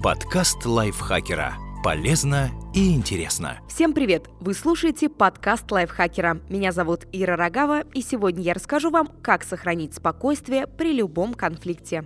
Подкаст лайфхакера. Полезно и интересно. Всем привет! Вы слушаете подкаст лайфхакера. Меня зовут Ира Рогава, и сегодня я расскажу вам, как сохранить спокойствие при любом конфликте.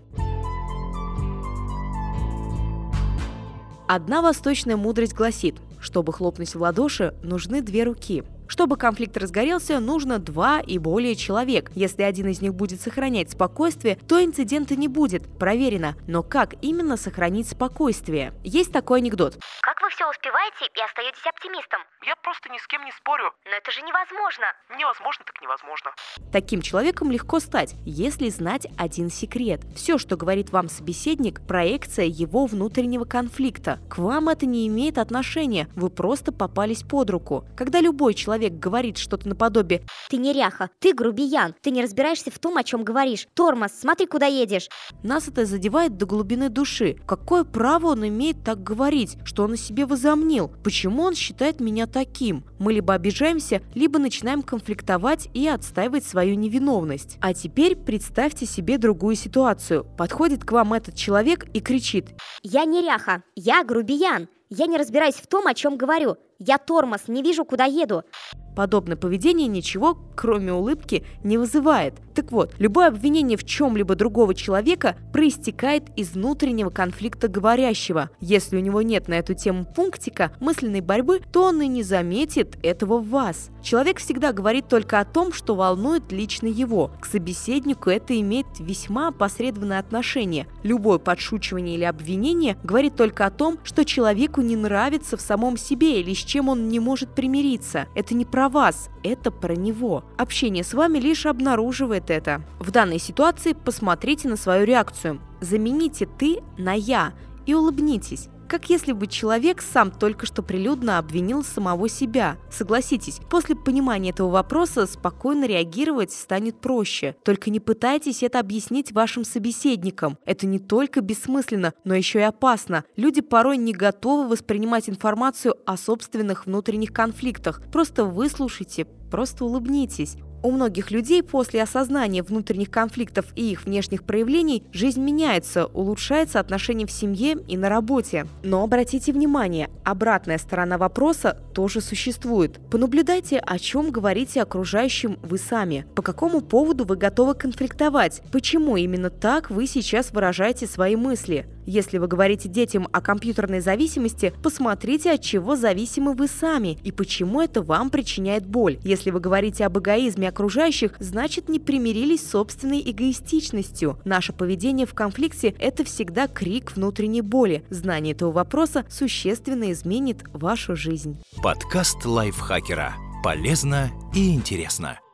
Одна восточная мудрость гласит, чтобы хлопнуть в ладоши, нужны 2 руки. Чтобы конфликт разгорелся, нужно 2 и более человек. Если один из них будет сохранять спокойствие, то инцидента не будет. Проверено. Но как именно сохранить спокойствие? Есть такой анекдот. Как вы все успеваете и остаетесь оптимистом? Я просто ни с кем не спорю. Но это же невозможно. Невозможно так невозможно. Таким человеком легко стать, если знать один секрет. Все, что говорит вам собеседник, проекция его внутреннего конфликта. К вам это не имеет отношения, вы просто попались под руку. Когда любой человек говорит что-то наподобие Ты неряха, ты грубиян, ты не разбираешься в том, о чем говоришь. Тормоз, смотри, куда едешь. нас это задевает до глубины души. Какое право он имеет так говорить, что он о себе возомнил? Почему он считает меня таким? Мы либо обижаемся, либо начинаем конфликтовать и отстаивать свою невиновность. А теперь представьте себе другую ситуацию. Подходит к вам этот человек и кричит: Я неряха, я грубиян, я не разбираюсь в том, о чем говорю. Я тормоз, не вижу, куда еду. Подобное поведение ничего, кроме улыбки, не вызывает. Так вот, любое обвинение в чем-либо другого человека проистекает из внутреннего конфликта говорящего. Если у него нет на эту тему пунктика мысленной борьбы, то он и не заметит этого в вас. Человек всегда говорит только о том, что волнует лично его. К собеседнику это имеет весьма опосредованное отношение. Любое подшучивание или обвинение говорит только о том, что человеку не нравится в самом себе или с чем он не может примириться. Это не про вас, это про него. Общение с вами лишь обнаруживает это. В данной ситуации посмотрите на свою реакцию. Замените «ты» на «я» и улыбнитесь. Как если бы человек сам только что прилюдно обвинил самого себя. Согласитесь, после понимания этого вопроса спокойно реагировать станет проще. Только не пытайтесь это объяснить вашим собеседникам. Это не только бессмысленно, но еще и опасно. Люди порой не готовы воспринимать информацию о собственных внутренних конфликтах. Просто выслушайте, просто улыбнитесь. У многих людей после осознания внутренних конфликтов и их внешних проявлений жизнь меняется, улучшается отношения в семье и на работе. Но обратите внимание, обратная сторона вопроса тоже существует. Понаблюдайте, о чем говорите окружающим вы сами. По какому поводу вы готовы конфликтовать? Почему именно так вы сейчас выражаете свои мысли? Если вы говорите детям о компьютерной зависимости, посмотрите, от чего зависимы вы сами и почему это вам причиняет боль. Если вы говорите об эгоизме окружающих, значит, не примирились с собственной эгоистичностью. Наше поведение в конфликте – это всегда крик внутренней боли. Знание этого вопроса существенно изменит вашу жизнь. Подкаст лайфхакера. Полезно и интересно.